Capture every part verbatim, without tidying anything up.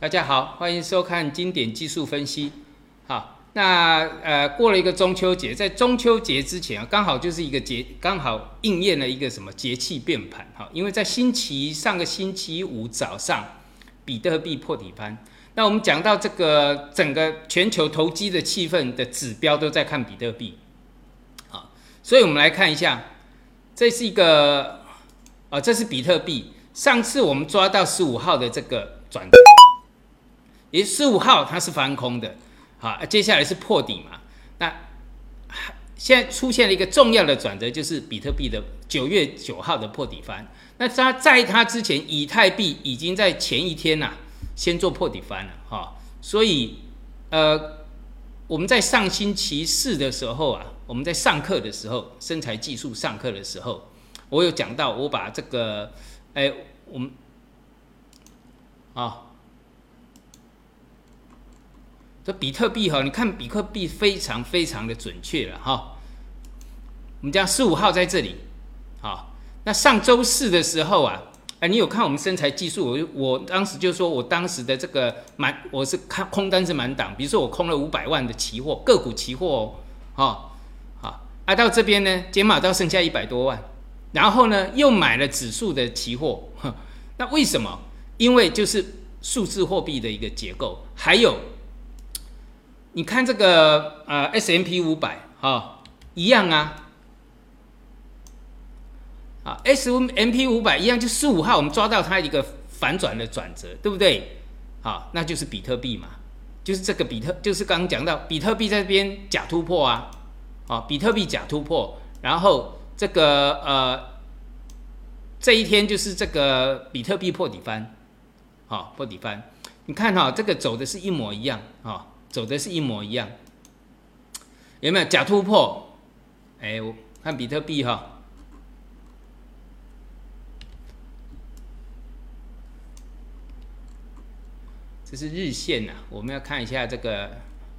大家好，欢迎收看经典技术分析。好，那呃过了一个中秋节，在中秋节之前啊，刚好就是一个节，刚好应验了一个什么节气变盘哈。因为在星期上个星期五早上，比特币破底翻。那我们讲到这个整个全球投机的气氛的指标都在看比特币，好，所以我们来看一下，这是一个啊，这是比特币。上次我们抓到十五号的这个转折。也十五号它是翻空的，好，接下来是破底嘛？那现在出现了一个重要的转折，就是比特币的九月九号的破底翻。那它在它之前，以太币已经在前一天呐、啊，先做破底翻了哈。所以呃，我们在上星期四的时候啊，我们在上课的时候，生财技术上课的时候，我有讲到，我把这个，哎，我们啊。这比特币哈，你看比特币非常非常的准确了哈。我们讲十五号在这里，好，那上周四的时候啊，哎，你有看我们生财技术？我我当时就说我当时的这个满，我是看空单是满档，比如说我空了五百万的期货，个股期货哦，好，好，啊到这边呢，减码到剩下一百多万，然后呢又买了指数的期货，那为什么？因为就是数字货币的一个结构，还有。你看这个呃 S and P 五百 哈，一样啊，啊 S and P 五百 一样，就十五号我们抓到它一个反转的转折，对不对？好，那就是比特币嘛，就是这个比特，就是刚刚讲到比特币在这边假突破啊，啊，比特币假突破，然后这个呃这一天就是这个比特币破底翻，好，破底翻，你看哈、哦，这个走的是一模一样啊。哦走的是一模一样，有没有假突破？哎，我看比特币哈，这是日线呐、啊，我们要看一下这个，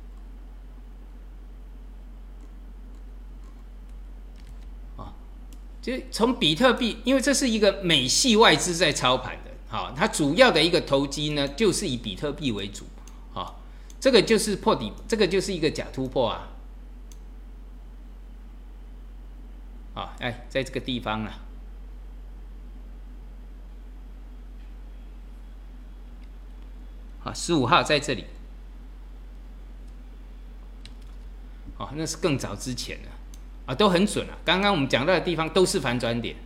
啊，就从比特币，因为这是一个美系外资在操盘的，好，它主要的一个投机呢，就是以比特币为主，好。这个就是破底，这个就是一个假突破啊！啊，哎，在这个地方啊，啊，十五号在这里，哦，那是更早之前了，啊，都很准了、啊。刚刚我们讲到的地方都是反转点，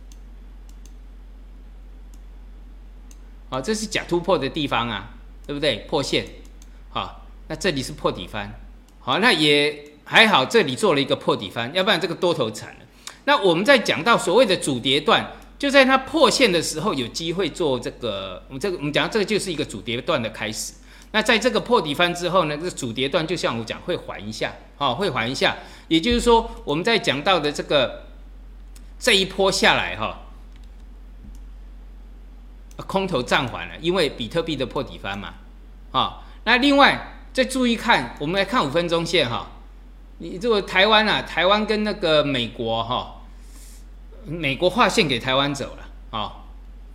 啊，这是假突破的地方啊，对不对？破线。好，那这里是破底翻，好，那也还好，这里做了一个破底翻，要不然这个多头惨了。那我们在讲到所谓的主跌段，就在它破线的时候有机会做这个，我们这个我们讲这个就是一个主跌段的开始。那在这个破底翻之后呢，这个主跌段就像我讲会缓一下，好，会缓一下，也就是说我们在讲到的这个这一波下来哈，空头暂缓了，因为比特币的破底翻嘛，啊。那另外再注意看，我们来看五分钟线哈。你这个台湾啊，台湾跟那个美国哈，美国划线给台湾走了啊。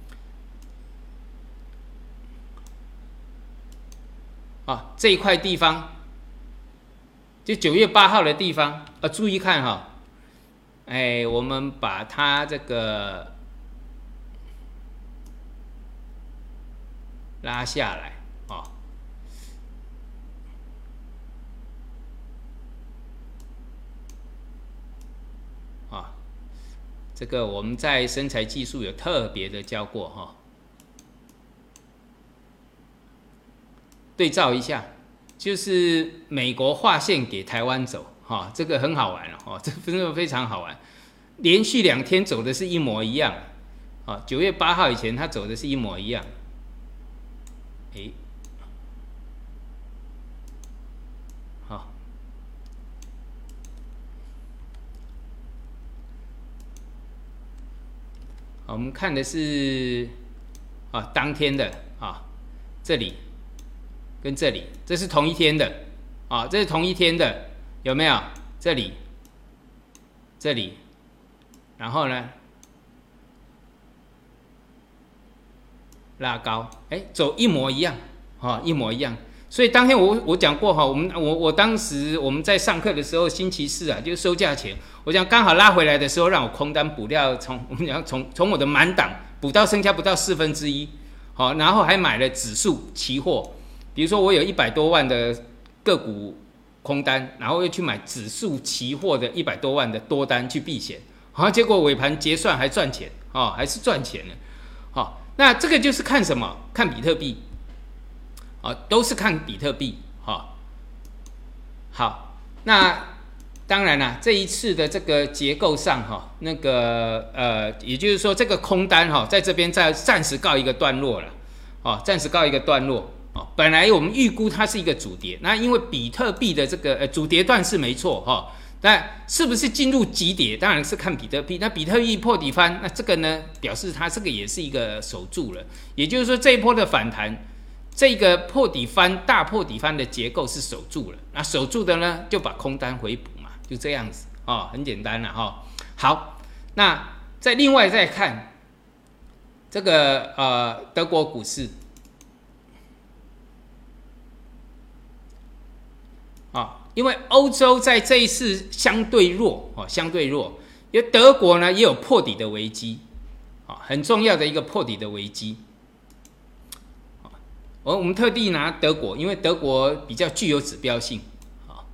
啊，这一块地方，就九月八号的地方啊，注意看哈。哎，我们把它这个拉下来啊。啊，这个我们在生财技术有特别的教过哈，对照一下，就是美国划线给台湾走哈，这个很好玩哦，这真的非常好玩，连续两天走的是一模一样，啊，九月八号以前它走的是一模一样，哎。我们看的是啊当天的啊，这里跟这里，这是同一天的啊，这是同一天的，有没有？这里，这里，然后呢，拉高，哎，走一模一样哈，一模一样。所以当天我我讲过哈，我们我我当时我们在上课的时候，星期四啊，就是收假前，我讲刚好拉回来的时候，让我空单补掉，从我们讲从从我的满档补到剩下不到四分之一，好，然后还买了指数期货，比如说我有一百多万的个股空单，然后又去买指数期货的一百多万的多单去避险，好，结果尾盘结算还赚钱，哦，还是赚钱了，好，那这个就是看什么？看比特币。哦，都是看比特币，哈、哦，好，那当然啦，这一次的这个结构上，哈、哦，那个呃，也就是说，这个空单哈、哦，在这边再暂时告一个段落了，哦，暂时告一个段落，哦，本来我们预估它是一个主跌，那因为比特币的这个呃主跌段是没错，哈、哦，但是不是进入急跌，当然是看比特币。那比特币破底翻，那这个呢，表示它这个也是一个守住了，也就是说这一波的反弹。这个破底翻大破底翻的结构是守住了，那守住的呢就把空单回补嘛，就这样子哦，很简单了哈、哦。好，那再另外再看这个呃德国股市啊、哦，因为欧洲在这一次相对弱哦，相对弱，因为德国呢也有破底的危机啊、哦，很重要的一个破底的危机。我们特地拿德国，因为德国比较具有指标性，啊，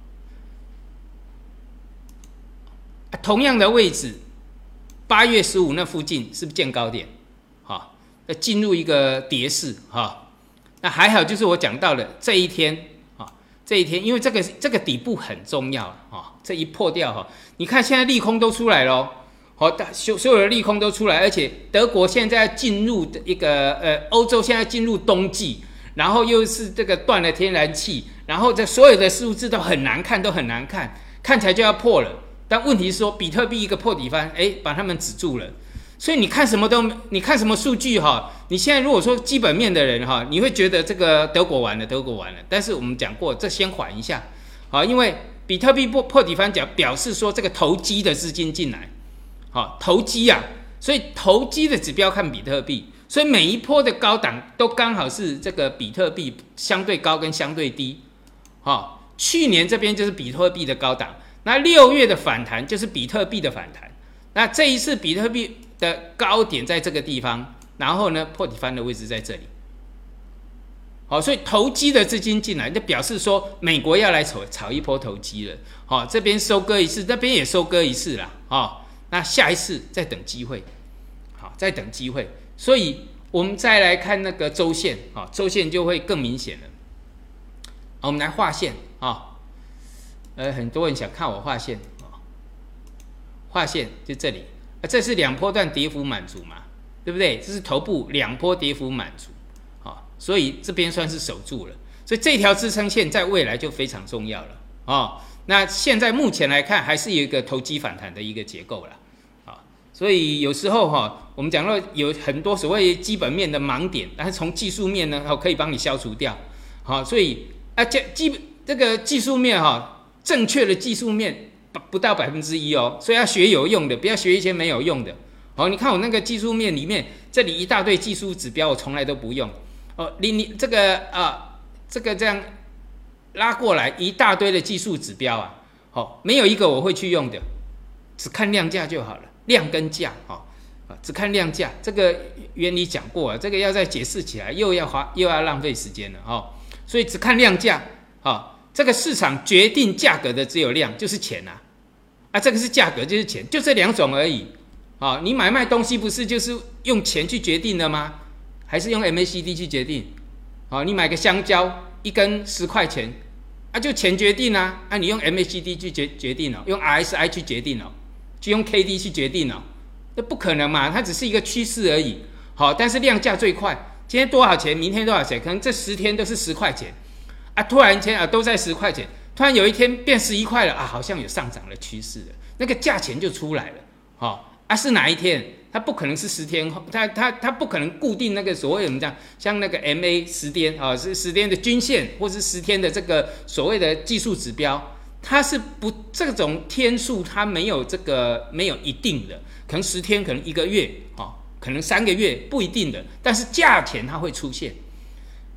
同样的位置，八月十五那附近是不是见高点？哈，要进入一个跌势，哈，那还好，就是我讲到的这一天，啊，这一天，因为这个这个底部很重要，啊，这一破掉，哈，你看现在利空都出来了，好，所所有的利空都出来，而且德国现在要进入一个呃，欧洲现在进入冬季。然后又是这个断了天然气，然后这所有的数字都很难看，都很难看，看起来就要破了。但问题是说，比特币一个破底翻，哎，把他们止住了。所以你看什么都，你看什么数据哈，你现在如果说基本面的人哈，你会觉得这个德国完了，德国完了。但是我们讲过，这先缓一下，好，因为比特币破破底翻表表示说这个投机的资金进来，好，投机啊，所以投机的指标看比特币。所以每一波的高档都刚好是这个比特币相对高跟相对低，哦，去年这边就是比特币的高档，那六月的反弹就是比特币的反弹，那这一次比特币的高点在这个地方，然后呢破底翻的位置在这里，好、哦，所以投机的资金进来，就表示说美国要来炒炒一波投机了，好、哦，这边收割一次，那边也收割一次啦，哦，那下一次再等机会，好、哦，再等机会。所以我们再来看那个周线啊，周线就会更明显了。好，我们来画线啊，呃，很多人想看我画线啊，画线就这里，啊，这是两波段跌幅满足嘛，对不对？这是头部两波跌幅满足，啊，所以这边算是守住了。所以这条支撑线在未来就非常重要了啊。那现在目前来看，还是有一个投机反弹的一个结构了。所以有时候哈，我们讲到有很多所谓基本面的盲点，但是从技术面呢，可以帮你消除掉。好，所以啊，这基这个技术面哈，正确的技术面不不到百分之一哦，所以要学有用的，不要学一些没有用的。好，你看我那个技术面里面，这里一大堆技术指标，我从来都不用。哦，你你这个啊，这个这样拉过来一大堆的技术指标啊，好，没有一个我会去用的，只看量价就好了。量跟价，哈，只看量价，这个原理讲过了，这个要再解释起来又要花又要浪费时间了，哈，所以只看量价，哈，这个市场决定价格的只有量，就是钱啊，啊，这个是价格就是钱，就这两种而已，啊，你买卖东西不是就是用钱去决定的吗？还是用 M A C D 去决定？啊，你买个香蕉一根十块钱，啊，就钱决定啊，啊，你用 M A C D 去决决定哦，用 R S I 去决定哦。就用 K D 去决定了，那不可能嘛？它只是一个趋势而已。好，但是量价最快，今天多少钱，明天多少钱？可能这十天都是十块钱啊，突然间啊都在十块钱，突然有一天变十一块了啊，好像有上涨的趋势了，那个价钱就出来了。好啊，是哪一天？它不可能是十天后，它它它不可能固定那个所谓我们讲像那个 M A 十天啊，是十天的均线，或是十天的这个所谓的技术指标。它是不这种天数，它没有这个没有一定的，可能十天，可能一个月，哦，可能三个月，不一定的。但是价钱它会出现，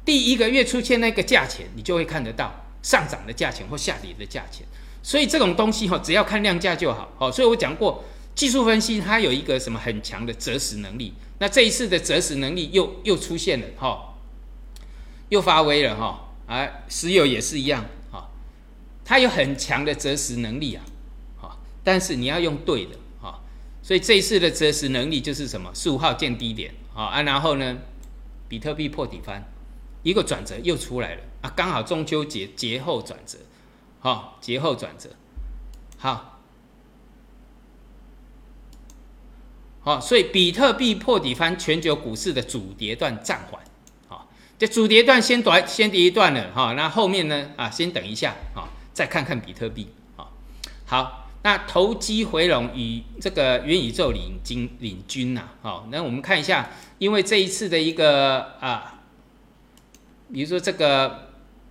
第一个月出现那个价钱，你就会看得到上涨的价钱或下跌的价钱。所以这种东西只要看量价就好。所以我讲过，技术分析它有一个什么很强的择时能力。那这一次的择时能力又又出现了，又发威了哈。啊，石油也是一样，它有很强的择时能力啊。但是你要用对的。所以这一次的择时能力就是什么？十五号见低点啊，然后呢，比特币破底翻，一个转折又出来了啊，刚好中秋节节后转折，好，节后转折，好，好，所以比特币破底翻，全球股市的主跌段暂缓，好，这主跌段先短先跌一段了哈，那后面呢啊，先等一下啊，再看看比特币，好，好。那投机回笼与这个元宇宙领军领军呐、啊，好，那我们看一下，因为这一次的一个啊，比如说这个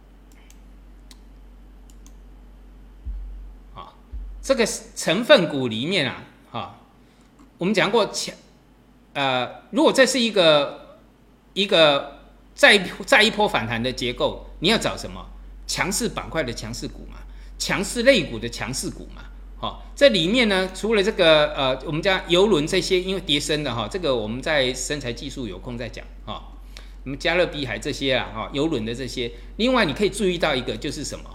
啊，这个成分股里面啊，啊，我们讲过强，呃，如果这是一个一个再再一波反弹的结构，你要找什么？强势板块的强势股嘛，强势类股的强势股嘛。哦、这里面呢，除了这个呃，我们讲邮轮这些，因为跌升的哈、哦，这个我们在生财技术有空再讲哈。我们加勒比海这些啊，哈、哦，邮轮的这些，另外你可以注意到一个就是什么？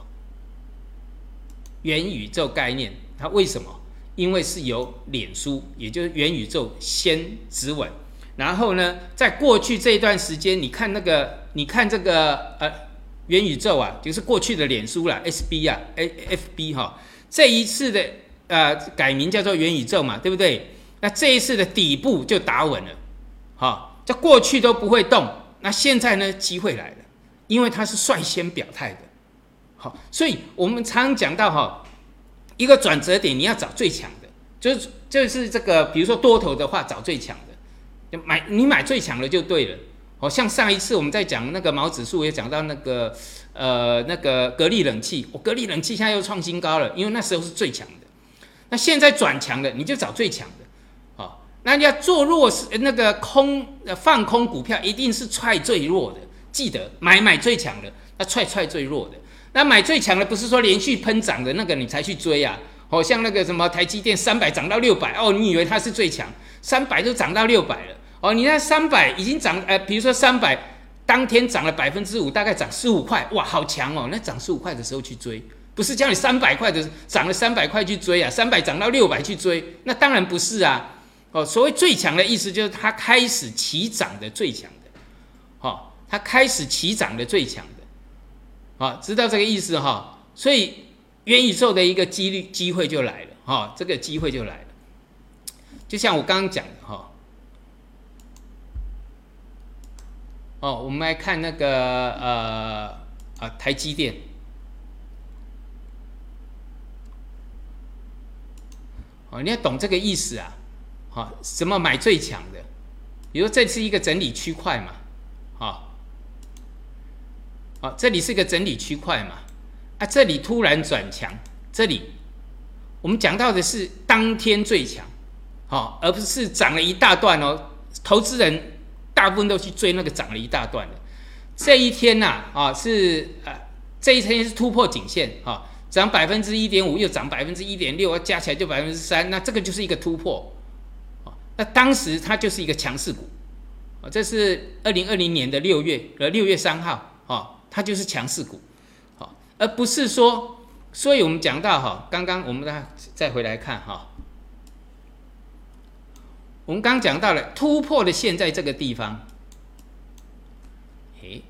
元宇宙概念，它为什么？因为是由脸书，也就是元宇宙先止稳，然后呢，在过去这一段时间，你看那个，你看这个呃元宇宙啊，就是过去的脸书啦 ，S B 啊 ，F B 哈、哦。这一次的呃改名叫做元宇宙嘛，对不对？那这一次的底部就打稳了，好，这过去都不会动，那现在呢机会来了，因为它是率先表态的，好，所以我们常常讲到哈，一个转折点你要找最强的，就是就是这个，比如说多头的话找最强的，买你买最强的就对了。好像上一次我们在讲那个毛指数，也讲到那个呃那个格力冷气，我、哦、格力冷气现在又创新高了，因为那时候是最强的。那现在转强了，你就找最强的，好、哦，那你要做弱势那个空放空股票，一定是踹最弱的，记得买买最强的，那踹踹最弱的。那买最强的不是说连续喷涨的那个你才去追啊，哦，像那个什么台积电三百涨到六百，哦，你以为它是最强，三百都涨到六百了。哦，你那三百已经涨，呃，比如说三百当天涨了百分之五，大概涨十五块，哇，好强哦！那涨十五块的时候去追，不是叫你三百块的涨了三百块去追啊，三百涨到六百去追，那当然不是啊。哦，所谓最强的意思就是它开始起涨的最强的，哦，它开始起涨的最强的，啊、哦，知道这个意思哈、哦？所以元宇宙的一个几率机会就来了，哈、哦，这个机会就来了，就像我刚刚讲的哈。哦哦，我们来看那个呃啊台积电，哦，你要懂这个意思啊，好、哦，什么买最强的？比如说这是一个整理区块嘛，好、哦，哦，这里是个整理区块嘛，啊，这里突然转强，这里我们讲到的是当天最强，好、哦，而不是涨了一大段哦，投资人。大部分都去追那个涨了一大段的，这一天呐、啊，啊是呃这一天是突破颈线啊，涨百分之一点五，又涨百分之一点六，加起来就百分之三，那这个就是一个突破，啊，那当时它就是一个强势股，啊，这是二零二零年的六月呃六月三号啊，它就是强势股，啊，而不是说，所以我们讲到哈，刚刚我们再再回来看哈。我们刚刚讲到了突破的线在这个地方，诶，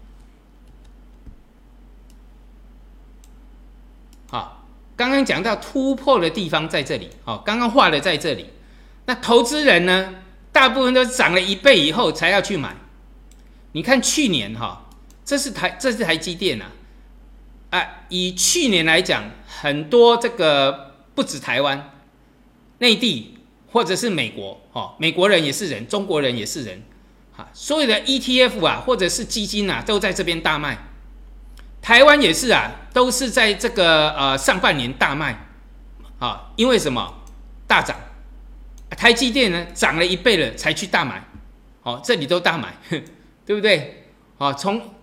好，刚刚讲到突破的地方在这里，好，刚刚画的在这里。那投资人呢，大部分都涨了一倍以后才要去买。你看去年哈，这是台这是台积电啊，啊，以去年来讲，很多这个不止台湾，内地。或者是美国，哦，美国人也是人，中国人也是人，啊，所有的 E T F 啊，或者是基金啊，都在这边大卖。台湾也是啊，都是在这个呃上半年大卖，啊，因为什么？大涨，台积电呢涨了一倍了才去大买，哦，这里都大买，对不对？哦，从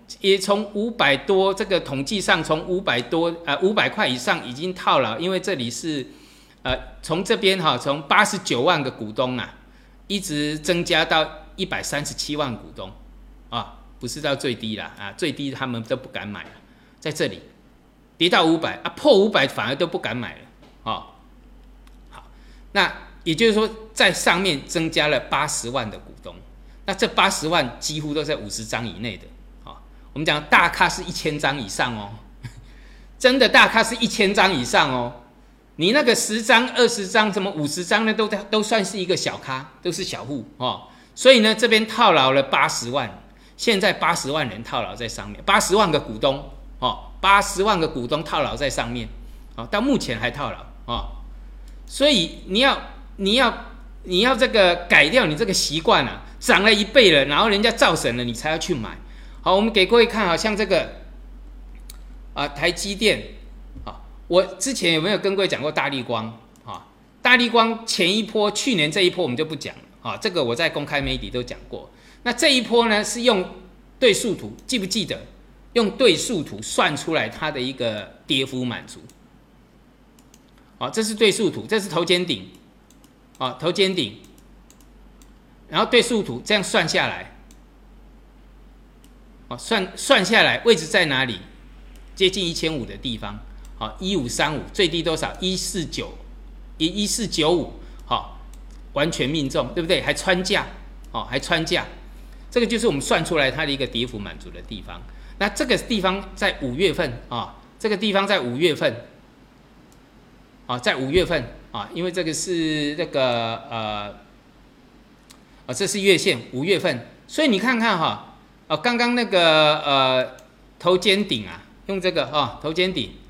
也从五百多这个统计上从五百多呃五百块以上已经套牢，因为这里是呃从这边哈从八十九万个股东啊，一直增加到一百三十七万股东啊，不是到最低啦啊，最低他们都不敢买了，在这里跌到五百啊，破五百反而都不敢买了哦。好，那也就是说在上面增加了八十万的股东，那这八十万几乎都在五十张以内的。我们讲大咖是一千张以上哦，真的大咖是一千张以上哦。你那个十张、二十张、什么五十张呢，都都算是一个小咖，都是小户哦。所以呢，这边套牢了八十万，现在八十万人套牢在上面，八十万个股东哦，八十万个股东套牢在上面哦，到目前还套牢哦。所以你要你要你要这个改掉你这个习惯啊，涨了一倍了，然后人家造神了，你才要去买。好，我们给各位看啊，像这个啊、呃，台积电啊，我之前有没有跟各位讲过大立光啊？大立光前一波，去年这一波我们就不讲了啊，这个我在公开媒体都讲过。那这一波呢，是用对数图，记不记得？用对数图算出来它的一个跌幅满足。好，这是对数图，这是头肩顶，啊，头肩顶，然后对数图这样算下来。哦，算算下来，位置在哪里？接近一千五的地方。好，一五三五，最低多少？一四九，一一四九五。好，完全命中，对不对？还穿价，哦，还穿价。这个就是我们算出来它的一个跌幅满足的地方。那这个地方在五月份啊、哦，这个地方在五月份，啊、哦，在五月份啊、哦，因为这个是那个呃，哦，这是月线，五月份，所以你看看哈。哦，刚刚那个呃头肩顶啊，用这个哦头肩顶，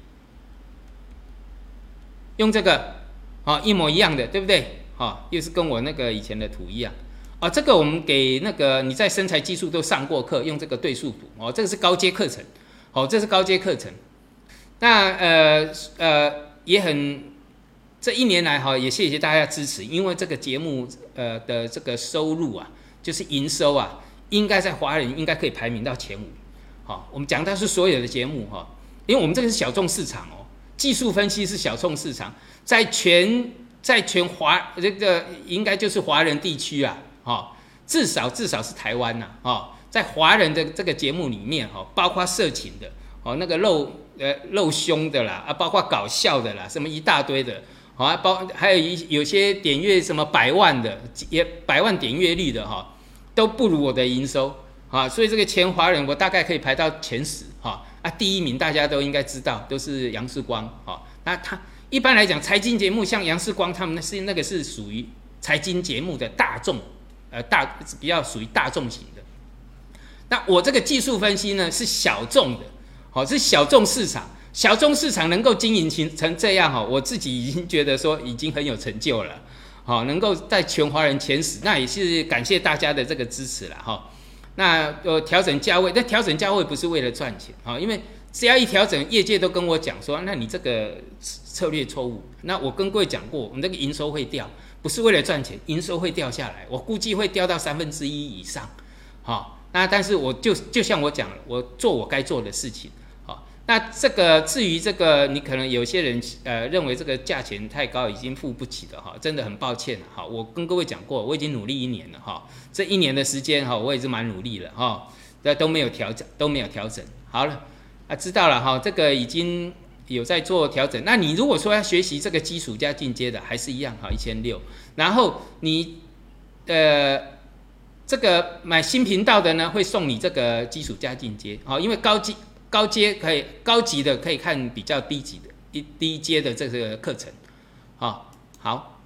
用这个哦一模一样的，对不对？哦，又是跟我那个以前的图一样。哦，这个我们给那个你在身材技术都上过课，用这个对数图哦，这个是高阶课程，哦，这是高阶课程。那呃呃也很这一年来哈、哦，也谢谢大家支持，因为这个节目呃的这个收入啊，就是营收啊。应该在华人应该可以排名到前五，好，我们讲到是所有的节目哈，因为我们这个是小众市场哦，技术分析是小众市场，在全在全华这个应该就是华人地区啊，哈，至少至少是台湾呐，哈，在华人的这个节目里面哈，包括色情的，哦，那个露呃露胸的啦，啊，包括搞笑的啦，什么一大堆的，啊，包还有一有些点阅什么百万的，也百万点阅率的哈。都不如我的营收啊，所以这个前华人我大概可以排到前十哈啊，第一名大家都应该知道，都是杨世光啊。那他一般来讲，财经节目像杨世光他们那是那个是属于财经节目的大众，呃大比较属于大众型的。那我这个技术分析呢是小众的，好、哦、是小众市场，小众市场能够经营成这样哈，我自己已经觉得说已经很有成就了。好，能够在全华人前十，那也是感谢大家的这个支持了哈。那呃调整价位，但调整价位不是为了赚钱啊，因为只要一调整，业界都跟我讲说，那你这个策略错误。那我跟各位讲过，我们这个营收会掉，不是为了赚钱，营收会掉下来，我估计会掉到三分之一以上。好，那但是我就就像我讲了，我做我该做的事情。那这个至于这个，你可能有些人呃认为这个价钱太高，已经付不起了哈，真的很抱歉哈。我跟各位讲过，我已经努力一年了哈，这一年的时间哈，我也是蛮努力了哈，这都没有调整，都没有调整。好了啊，知道了哈，这个已经有在做调整。那你如果说要学习这个基础加进阶的，还是一样哈，一千六。然后你呃这个买新频道的呢，会送你这个基础加进阶啊，因为高级。高阶可以高级的可以看比较低级的一低阶的这个课程，好，好，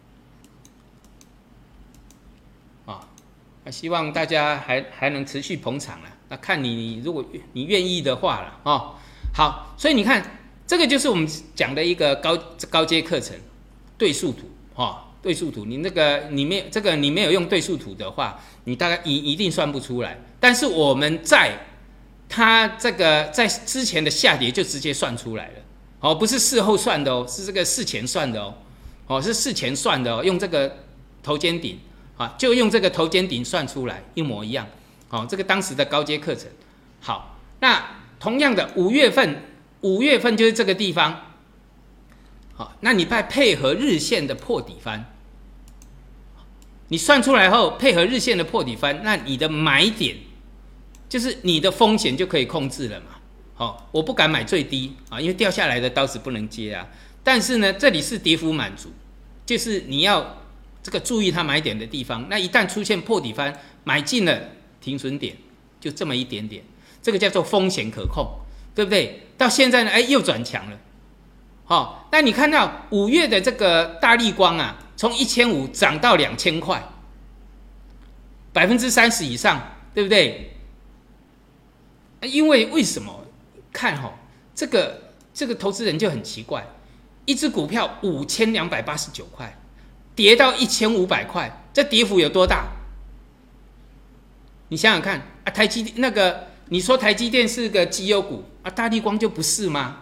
啊，那希望大家还还能持续捧场了。那看你如果你愿意的话了，哦，好，所以你看这个就是我们讲的一个高高阶课程，对数图，哦，对数图，你那个你没这个你没有用对数图的话，你大概一一定算不出来。但是我们在它这个在之前的下跌就直接算出来了，哦，不是事后算的哦，是这个事前算的哦，哦，是事前算的哦，用这个头肩顶啊，就用这个头肩顶算出来，一模一样，哦，这个当时的高阶课程， 好，那同样的五月份，五月份就是这个地方，好，那你再配合日线的破底翻，你算出来后配合日线的破底翻，那你的买点就是你的风险就可以控制了嘛。好，我不敢买最低啊，因为掉下来的刀子不能接啊。但是呢，这里是跌幅满足，就是你要这个注意它买点的地方。那一旦出现破底翻，买进了停损点，就这么一点点，这个叫做风险可控，对不对？到现在呢，哎，又转强了。好，那你看到五月的这个大立光啊，从一千五涨到两千块，百分之三十以上，对不对？因为为什么？看哈、哦，这个这个投资人就很奇怪，一只股票五千两百八十九块，跌到一千五百块，这跌幅有多大？你想想看啊，台积那个你说台积电是个绩优股啊，大立光就不是吗？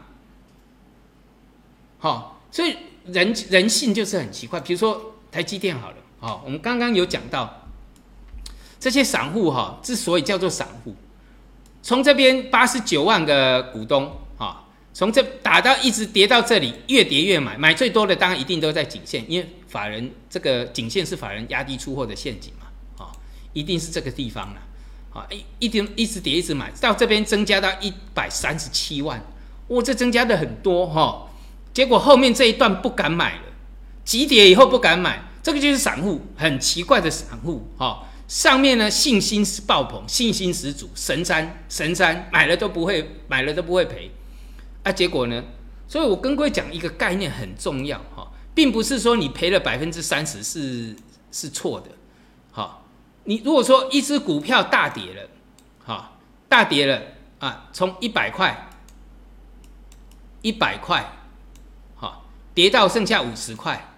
好、哦，所以人人性就是很奇怪。比如说台积电好了，哦，我们刚刚有讲到这些散户哈、哦，之所以叫做散户。从这边八十九万个股东啊，从这打到一直跌到这里，越跌越买，买最多的当然一定都在颈线，因为法人这个颈线是法人压低出货的陷阱嘛，啊，一定是这个地方了，啊，一一定一直跌一直买，到这边增加到一百三十七万，哇，这增加的很多哈，结果后面这一段不敢买了，急跌以后不敢买，这个就是散户，很奇怪的散户哈。上面呢信心是爆棚，信心十足，神山神山买了都不会买了都不会赔啊！结果呢？所以我跟各位讲一个概念很重要哈，并不是说你赔了百分之三十是是错的，哈。你如果说一只股票大跌了，哈，大跌了啊，从一百块，一百块，哈，跌到剩下五十块，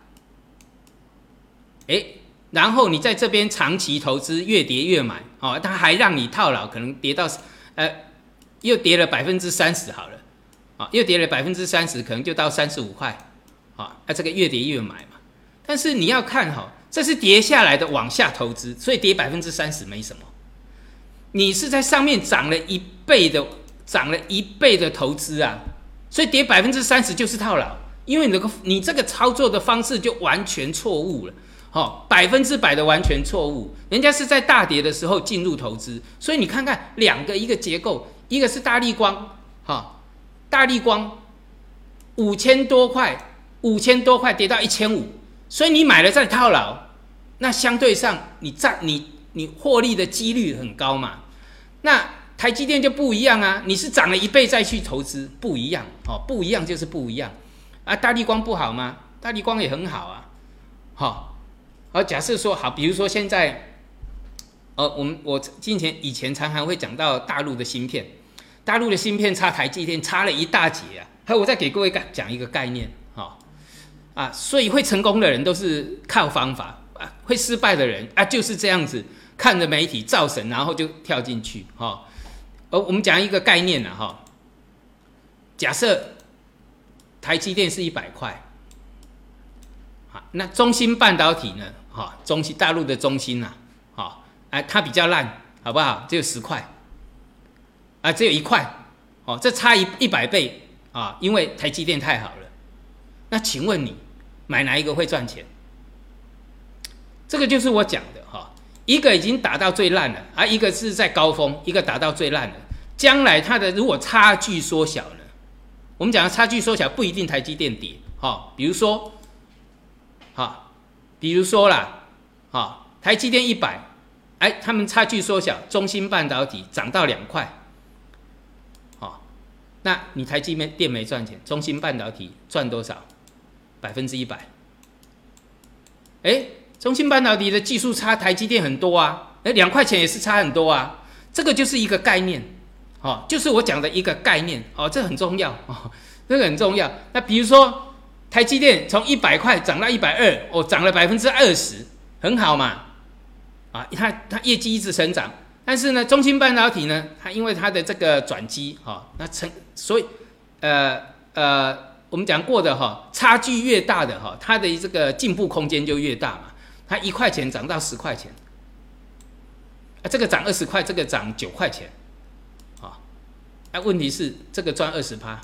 哎。然后你在这边长期投资，越跌越买，哦，它还让你套牢，可能跌到，呃，又跌了百分之三十好了，啊、哦，又跌了百分之三十，可能就到三十五块，啊、哦，那这个越跌越买嘛。但是你要看哈、哦，这是跌下来的往下投资，所以跌百分之三十没什么。你是在上面涨了一倍的，涨了一倍的投资啊，所以跌百分之三十就是套牢，因为你这个你这个操作的方式就完全错误了。好，百分之百的完全错误。人家是在大跌的时候进入投资，所以你看看两个一个结构，一个是大立光，哈，大立光五千多块，五千多块跌到一千五，所以你买了再套牢，那相对上你占你你获利的几率很高嘛。那台积电就不一样啊，你是涨了一倍再去投资，不一样哦，不一样就是不一样啊。大立光不好吗？大立光也很好啊，好。而假设说好，比如说现在，呃，我们我之前以前常常会讲到大陆的芯片，大陆的芯片差台积电差了一大截啊。还有我再给各位讲一个概念，哈、哦，啊，所以会成功的人都是靠方法啊，会失败的人啊就是这样子，看着媒体造神，然后就跳进去，哈、哦。而我们讲一个概念啊，哈、哦，假设台积电是一百块。那中芯半导体呢？哈，中芯大陆的中芯呐，好，哎，它比较烂，好不好？只有十块，啊，只有一块，哦，这差一一百倍啊，因为台积电太好了。那请问你买哪一个会赚钱？这个就是我讲的哈，一个已经打到最烂了，啊，一个是在高峰，一个打到最烂了。将来它的如果差距缩小了，我们讲的差距缩小不一定台积电跌，哈，比如说。好，比如说啦，好，台积电一百，哎，他们差距缩小，中芯半导体涨到两块，好，那你台积电没赚钱，中芯半导体赚多少？百分之一百。哎，中芯半导体的技术差台积电很多啊，哎，两块钱也是差很多啊，这个就是一个概念，哦，就是我讲的一个概念，哦，这很重要，哦，这个很重要。那比如说。台积电从一百块涨到一百二，哦，涨了百分之二十，很好嘛，啊，它它业绩一直成长，但是呢，中芯半导体呢，它因为它的这个转机，哈、哦，那成，所以，呃呃，我们讲过的哈、哦，差距越大的哈、哦，它的这个进步空间就越大嘛，它一块钱涨到十块钱，啊，这个涨二十块，这个涨九块钱，啊、哦， 哎，问题是这个赚二十趴，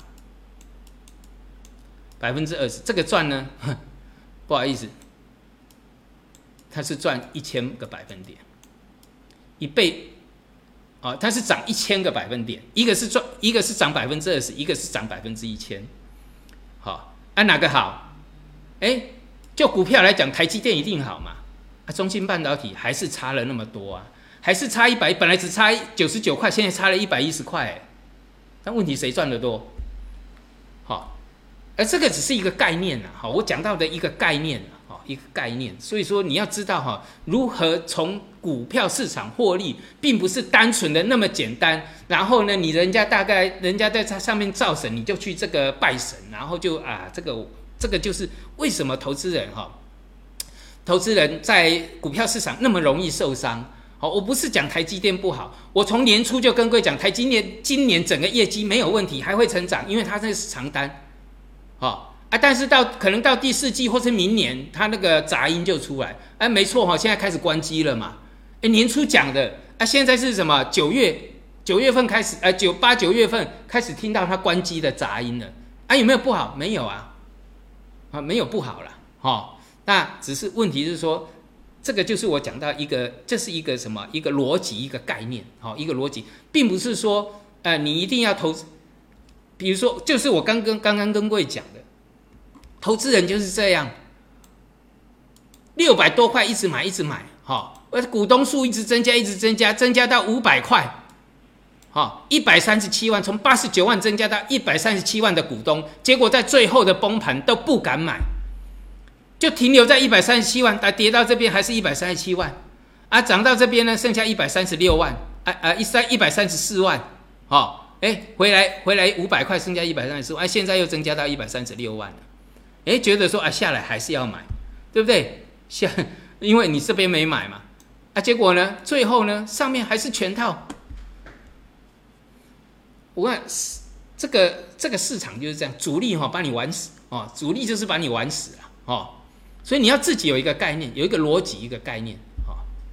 百分之二十，这个赚呢，不好意思，它是赚一千个百分点，一倍。哦，它是涨一千个百分点，一个是赚，一个是涨百分之二十，一个是涨百分之一千。好，按、啊、哪个好？哎，就股票来讲，台积电一定好嘛？啊，中芯半导体还是差了那么多啊，还是差一百，本来只差九十九块，现在差了一百一十块。但问题谁赚得多？好，而这个只是一个概念啊，好，我讲到的一个概念啊。一个概念，所以说你要知道哈，如何从股票市场获利，并不是单纯的那么简单。然后呢，你人家大概人家在上面造神，你就去这个拜神，然后就啊，这个这个就是为什么投资人哈，投资人在股票市场那么容易受伤。好，我不是讲台积电不好，我从年初就跟各位讲，台积电今年整个业绩没有问题，还会成长，因为它这是长单，好。啊，但是到可能到第四季或是明年，它那个杂音就出来。哎，没错哈，现在开始关机了嘛。哎，年初讲的，啊，现在是什么？九月九月份开始，呃，九八九月份开始听到它关机的杂音了。啊，有没有不好？没有啊，啊，没有不好啦。哈、哦。那只是问题是说，这个就是我讲到一个，这是一个什么？一个逻辑，一个概念，好、哦，一个逻辑，并不是说，呃，你一定要投资。比如说，就是我刚跟刚刚跟各位讲的。投资人就是这样，六百多块一直买一直买，哈、哦，股东数一直增加一直增加，增加到五百块，哈、哦，一百三十七万，从八十九万增加到一百三十七万的股东，结果在最后的崩盘都不敢买，就停留在一百三十七万，跌到这边还是一百三十七万，啊，涨到这边呢剩下一百三十六万，啊啊，一三一百三十四万，哈、哦，哎，回来回来五百块，剩下一百三十四万，啊，现在又增加到一百三十六万了。哎，觉得说啊，下来还是要买，对不对？下，因为你这边没买嘛，啊，结果呢，最后呢，上面还是全套。我看这个这个市场就是这样，主力哈、哦、把你玩死哦，主力就是把你玩死了哦，所以你要自己有一个概念，有一个逻辑，一个概念哦。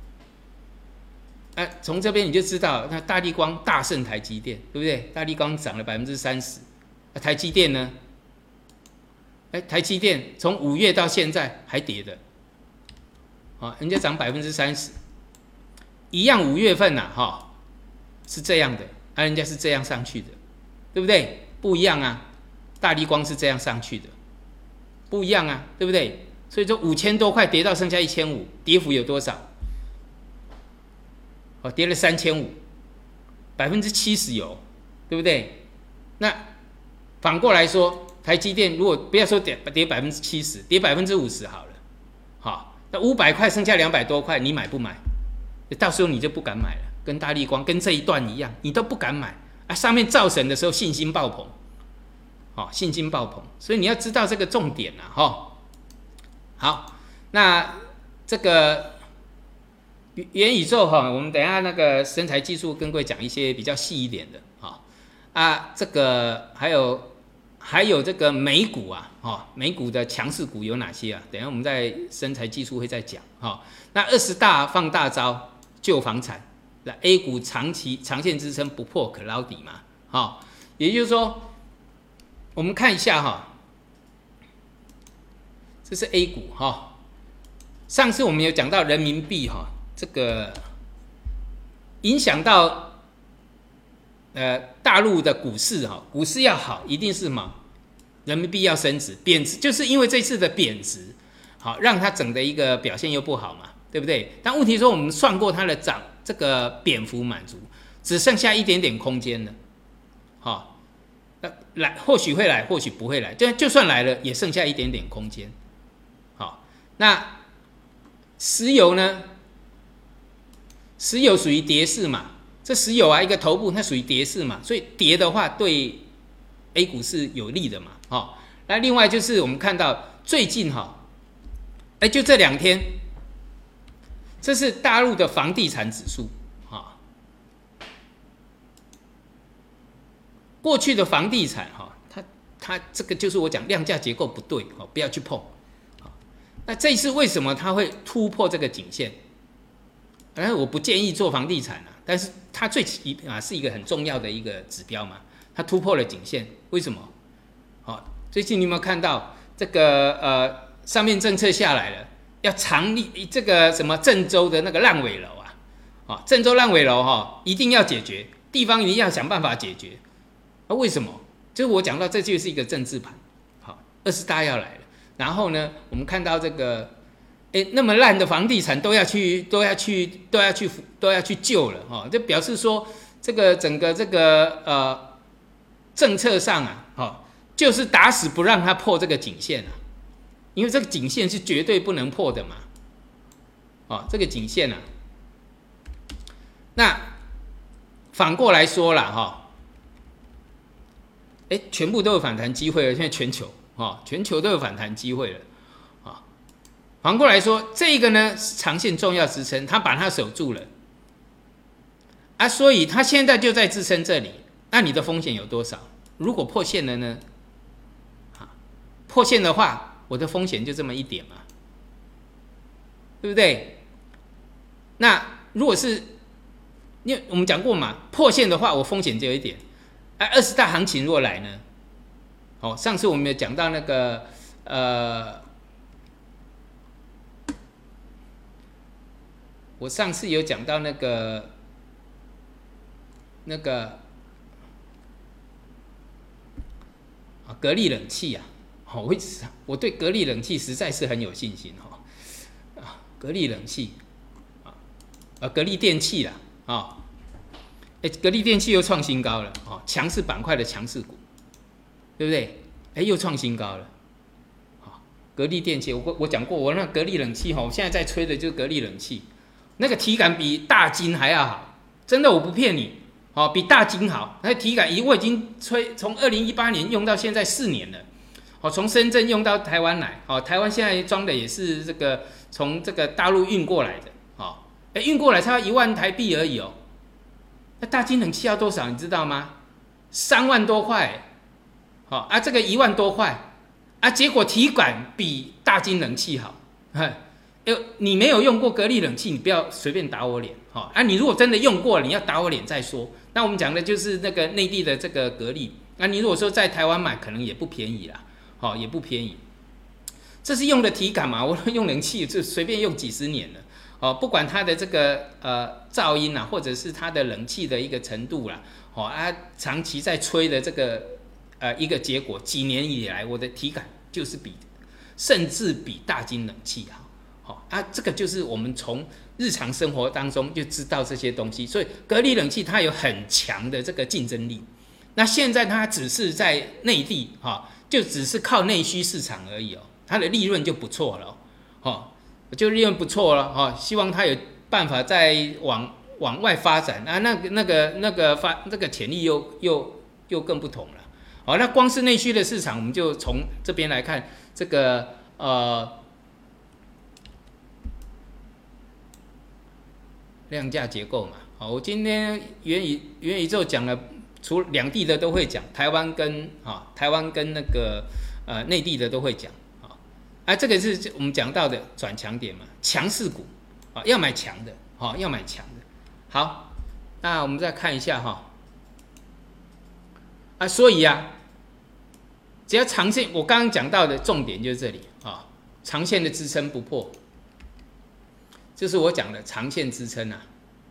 哎、啊，从这边你就知道，那大立光大胜台积电，对不对？大立光涨了百分之三十，台积电呢？哎，台积电从五月到现在还跌的，啊，人家涨百分之三十，一样五月份呐、啊，哈、哦，是这样的，啊，人家是这样上去的，对不对？不一样啊，大立光是这样上去的，不一样啊，对不对？所以说五千多块跌到剩下一千五，跌幅有多少？哦，跌了三千五，百分之七十有，对不对？那反过来说。台积电如果不要说跌跌百分之七十，跌百分之五十好了，好，那五百块剩下两百多块，你买不买？到时候你就不敢买了，跟大立光跟这一段一样，你都不敢买啊！上面造神的时候信心爆棚，好、哦，信心爆棚，所以你要知道这个重点啊，哈、哦。好，那这个元宇宙哈，我们等一下那个生财技术跟各位讲一些比较细一点的，哈、哦、啊，这个还有。还有这个美股啊，哦，美股的强势股有哪些啊？等一下我们在生财技术会再讲哈、哦。那二十大放大招救房产，那 A 股长期长线支撑不破可捞底嘛？哈、哦，也就是说，我们看一下哈、哦，这是 A 股哈、哦。上次我们有讲到人民币哈、哦，这个影响到。呃，大陆的股市哈，股市要好，一定是嘛，人民币要升值，贬值，就是因为这次的贬值，好让它整的一个表现又不好嘛，对不对？但问题说我们算过它的涨，这个贬幅满足，只剩下一点点空间了，好，那来或许会来，或许不会来，就就算来了，也剩下一点点空间，好，那石油呢？石油属于跌势嘛？这石油啊，一个头部，它属于跌势嘛，所以跌的话对 A 股是有利的嘛，哦。那另外就是我们看到最近哈、哦，哎，就这两天，这是大陆的房地产指数，哈、哦。过去的房地产哈、哦，它它这个就是我讲量价结构不对，哦，不要去碰。哦、那这一次为什么它会突破这个颈线？当然我不建议做房地产啊，但是它最起啊是一个很重要的一个指标嘛，它突破了颈线，为什么？好、哦，最近你有没有看到这个呃上面政策下来了，要长立这个什么郑州的那个烂尾楼啊，啊、哦、郑州烂尾楼哈、哦、一定要解决，地方一定要想办法解决，啊为什么？就是我讲到这就是一个政治盘，好、哦，二十大要来了，然后呢我们看到这个。哎，那么烂的房地产都要去，都要去，都要去，都要去救了哈、哦，就表示说这个整个这个呃政策上啊，哈、哦，就是打死不让它破这个颈线啊，因为这个颈线是绝对不能破的嘛，哦，这个颈线啊，那反过来说了哈，哎、哦，全部都有反弹机会了，现在全球哦，全球都有反弹机会了。反过来说，这个呢是长线重要支撑，它把它守住了啊，所以它现在就在支撑这里。那你的风险有多少？如果破线了呢？啊，破线的话，我的风险就这么一点嘛，对不对？那如果是，因为我们讲过嘛，破线的话，我风险就有一点。啊，二十大行情若来呢？哦，上次我们有讲到那个呃。我上次有讲到那个那个啊，格力冷气啊，好，我我对格力冷气实在是很有信心哈啊，格力冷气啊，啊，格力电器啦啊，哎，格力电器又创新高了啊，强势板块的强势股，对不对？哎，又创新高了。格力电器，我我讲过，我那格力冷气哈，我现在在吹的就是格力冷气。那个体感比大金还要好，真的我不骗你，哦，比大金好。那体感，我已经吹从二零一八年用到现在四年了，哦，从深圳用到台湾来，哦，台湾现在装的也是这个从这个大陆运过来的，哦，哎，运过来才要一万台币而已哦。那大金冷气要多少，你知道吗？三万多块，好、哦、啊，这个一万多块，啊，结果体感比大金冷气好，嘿。你没有用过格力冷气，你不要随便打我脸，哈啊！你如果真的用过了，你要打我脸再说。那我们讲的就是那个内地的这个格力，那你如果说在台湾买，可能也不便宜啦，好，也不便宜。这是用的体感嘛？我用冷气就随便用几十年了，哦，不管它的这个呃噪音啊，或者是它的冷气的一个程度啦，哦啊，长期在吹的这个呃一个结果，几年以来我的体感就是比，甚至比大金冷气好。好啊，这个就是我们从日常生活当中就知道这些东西，所以格力冷气它有很强的这个竞争力。那现在它只是在内地哈，就只是靠内需市场而已哦，它的利润就不错了哦，就利润不错了哈。希望它有办法再往往外发展啊，那个那个那个发这个潜力又又又更不同了。好，那光是内需的市场，我们就从这边来看这个呃。量价结构嘛，好，我今天元宇元宇宙讲了，除两地的都会讲，台湾跟啊台湾跟那个呃内地的都会讲，啊，啊这个是我们讲到的转强点嘛，强势股啊要买强的，好要买强的，好，那我们再看一下哈，啊所以啊，只要长线，我刚刚讲到的重点就是这里啊，长线的支撑不破。就是我讲的长线支撑啊，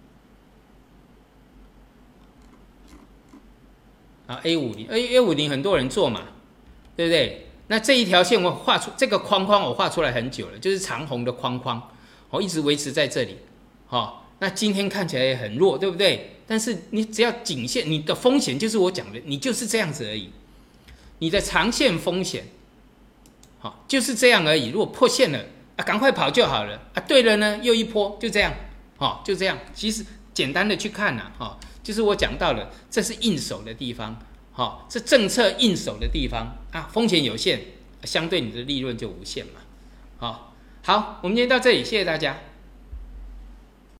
啊 A 五十， A 五十很多人做嘛，对不对？那这一条线我画出这个框框，我画出来很久了，就是长红的框框，我一直维持在这里，哦，那今天看起来也很弱，对不对？但是你只要颈线，你的风险就是我讲的，你就是这样子而已，你的长线风险，好、哦，就是这样而已。如果破线了。啊，赶快跑就好了啊！对了呢，又一波，就这样，哦，就这样。其实简单的去看呐、啊，哦，就是我讲到了，这是应手的地方，哦，是政策应手的地方啊，风险有限，相对你的利润就无限嘛，好、哦，好，我们今天到这里，谢谢大家。